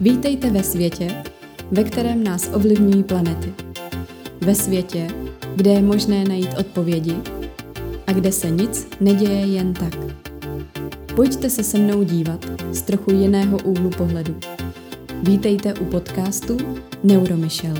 Vítejte ve světě, ve kterém nás ovlivňují planety. Ve světě, kde je možné najít odpovědi a kde se nic neděje jen tak. Pojďte se se mnou dívat z trochu jiného úhlu pohledu. Vítejte u podcastu Neuromyšel.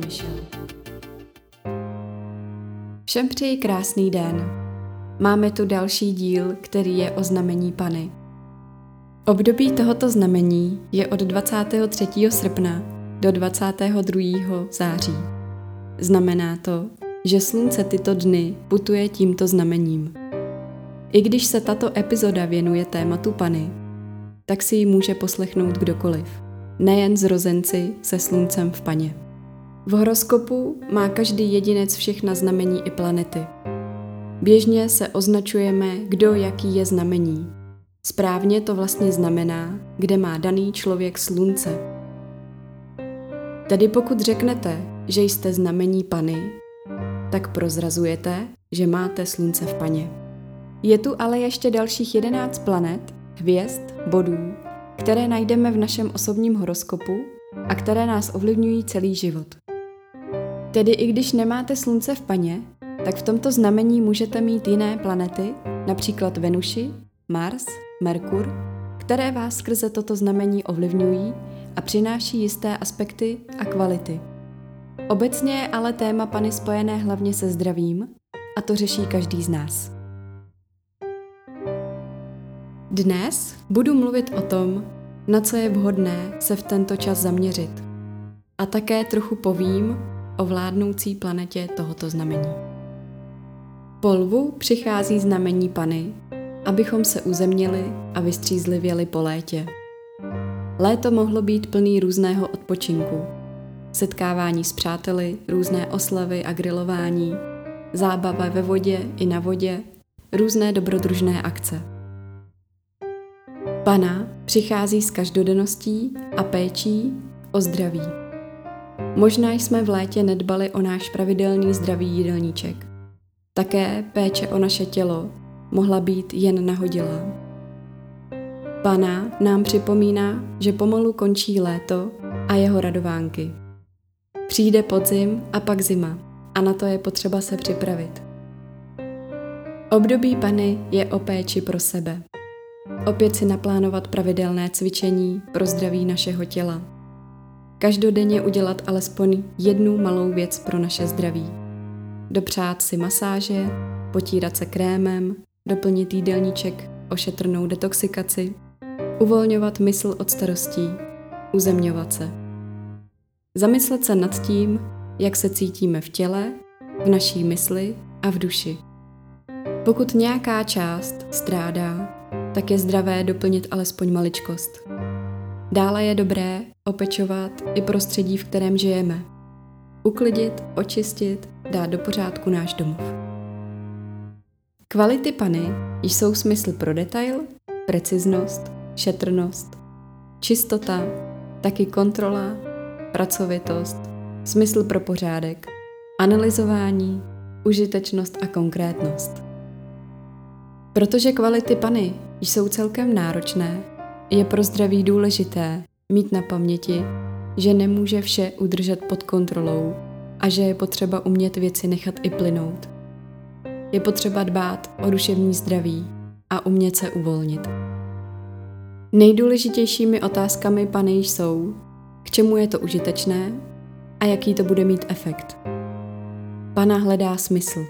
Všem přeji krásný den. Máme tu další díl, který je o znamení Panny. Období tohoto znamení je od 23. srpna do 22. září. Znamená to, že slunce tyto dny putuje tímto znamením. I když se tato epizoda věnuje tématu Panny, tak si ji může poslechnout kdokoliv, nejen zrozenci se sluncem v Panně. V horoskopu má každý jedinec všechna znamení i planety. Běžně se označujeme, kdo jaký je znamení. Správně to vlastně znamená, kde má daný člověk slunce. Tedy pokud řeknete, že jste znamení Panny, tak prozrazujete, že máte slunce v Panně. Je tu ale ještě dalších 11 planet, hvězd, bodů, které najdeme v našem osobním horoskopu a které nás ovlivňují celý život. Tedy i když nemáte slunce v Panně, tak v tomto znamení můžete mít jiné planety, například Venuši, Mars, Merkur, které vás skrze toto znamení ovlivňují a přináší jisté aspekty a kvality. Obecně je ale téma Panny spojené hlavně se zdravím a to řeší každý z nás. Dnes budu mluvit o tom, na co je vhodné se v tento čas zaměřit. A také trochu povím o vládnoucí planetě tohoto znamení. Po lvu přichází znamení Panny, abychom se uzemnili a vystřízlivěli po létě. Léto mohlo být plný různého odpočinku. Setkávání s přáteli, různé oslavy a grilování, zábava ve vodě i na vodě, různé dobrodružné akce. Panna přichází s každodenností a péčí o zdraví. Možná jsme v létě nedbali o náš pravidelný zdravý jídelníček. Také péče o naše tělo mohla být jen nahodilá. Panna nám připomíná, že pomalu končí léto a jeho radovánky. Přijde podzim a pak zima a na to je potřeba se připravit. Období Panny je o péči pro sebe. Opět si naplánovat pravidelné cvičení pro zdraví našeho těla. Každodenně udělat alespoň jednu malou věc pro naše zdraví. Dopřát si masáže, potírat se krémem, doplnit jídelníček o šetrnou detoxikaci, uvolňovat mysl od starostí, uzemňovat se. Zamyslet se nad tím, jak se cítíme v těle, v naší mysli a v duši. Pokud nějaká část strádá, tak je zdravé doplnit alespoň maličkost. Dále je dobré opečovat i prostředí, v kterém žijeme. Uklidit, očistit, dát do pořádku náš domov. Kvality Panny jsou smysl pro detail, preciznost, šetrnost, čistota, taky kontrola, pracovitost, smysl pro pořádek, analyzování, užitečnost a konkrétnost. Protože kvality Panny jsou celkem náročné, je pro zdraví důležité mít na paměti, že nemůže vše udržet pod kontrolou a že je potřeba umět věci nechat i plynout. Je potřeba dbát o duševní zdraví a umět se uvolnit. Nejdůležitějšími otázkami Panny jsou, k čemu je to užitečné a jaký to bude mít efekt. Panna hledá smysl.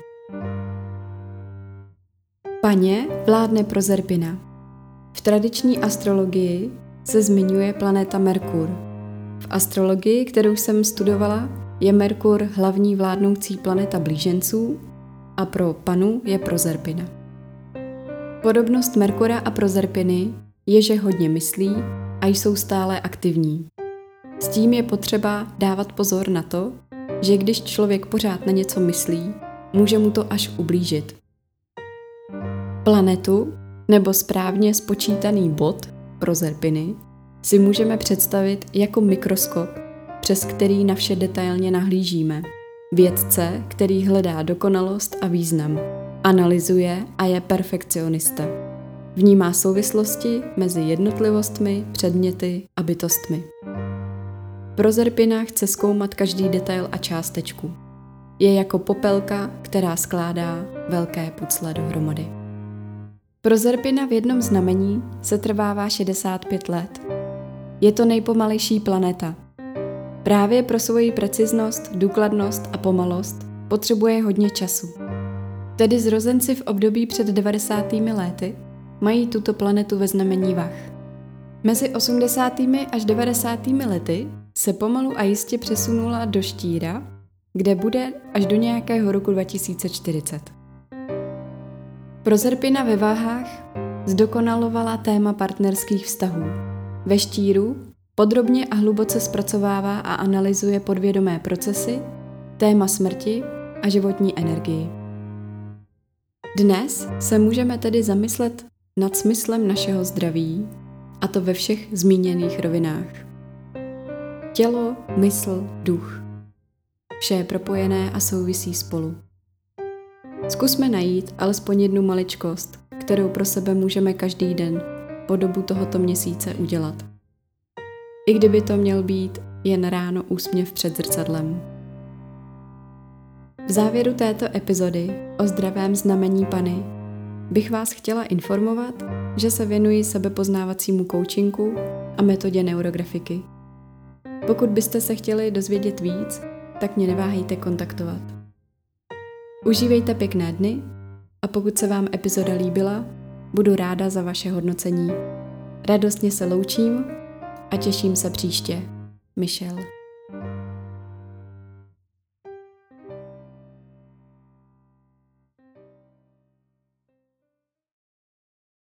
Panně vládne Prozerpina. V tradiční astrologii se zmiňuje planeta Merkur. V astrologii, kterou jsem studovala, je Merkur hlavní vládnoucí planeta blíženců a pro Pannu je Prozerpina. Podobnost Merkura a Prozerpiny je, že hodně myslí a jsou stále aktivní. S tím je potřeba dávat pozor na to, že když člověk pořád na něco myslí, může mu to až ublížit. Planetu, nebo správně spočítaný bod Prozerpiny, si můžeme představit jako mikroskop, přes který na vše detailně nahlížíme. Vědce, který hledá dokonalost a význam. Analyzuje a je perfekcionista. Vnímá souvislosti mezi jednotlivostmi, předměty a bytostmi. Prozerpina chce zkoumat každý detail a částečku. Je jako popelka, která skládá velké pucle dohromady. Prozerpina v jednom znamení se trvává 65 let. Je to nejpomalejší planeta. Právě pro svoji preciznost, důkladnost a pomalost potřebuje hodně času. Tedy zrozenci v období před 90. lety mají tuto planetu ve znamení Vach. Mezi 80. až 90. lety se pomalu a jistě přesunula do Štíra, kde bude až do nějakého roku 2040. Prozerpina ve Váhách zdokonalovala téma partnerských vztahů. Ve Štíru podrobně a hluboce zpracovává a analyzuje podvědomé procesy, téma smrti a životní energii. Dnes se můžeme tedy zamyslet nad smyslem našeho zdraví, a to ve všech zmíněných rovinách. Tělo, mysl, duch. Vše je propojené a souvisí spolu. Zkusme najít alespoň jednu maličkost, kterou pro sebe můžeme každý den po dobu tohoto měsíce udělat. I kdyby to měl být jen ráno úsměv před zrcadlem. V závěru této epizody o zdravém znamení Panny bych vás chtěla informovat, že se věnuji sebepoznávacímu coachingu a metodě neurografiky. Pokud byste se chtěli dozvědět víc, tak mě neváhejte kontaktovat. Užívejte pěkné dny a pokud se vám epizoda líbila, budu ráda za vaše hodnocení. Radostně se loučím a těším se příště. Michelle.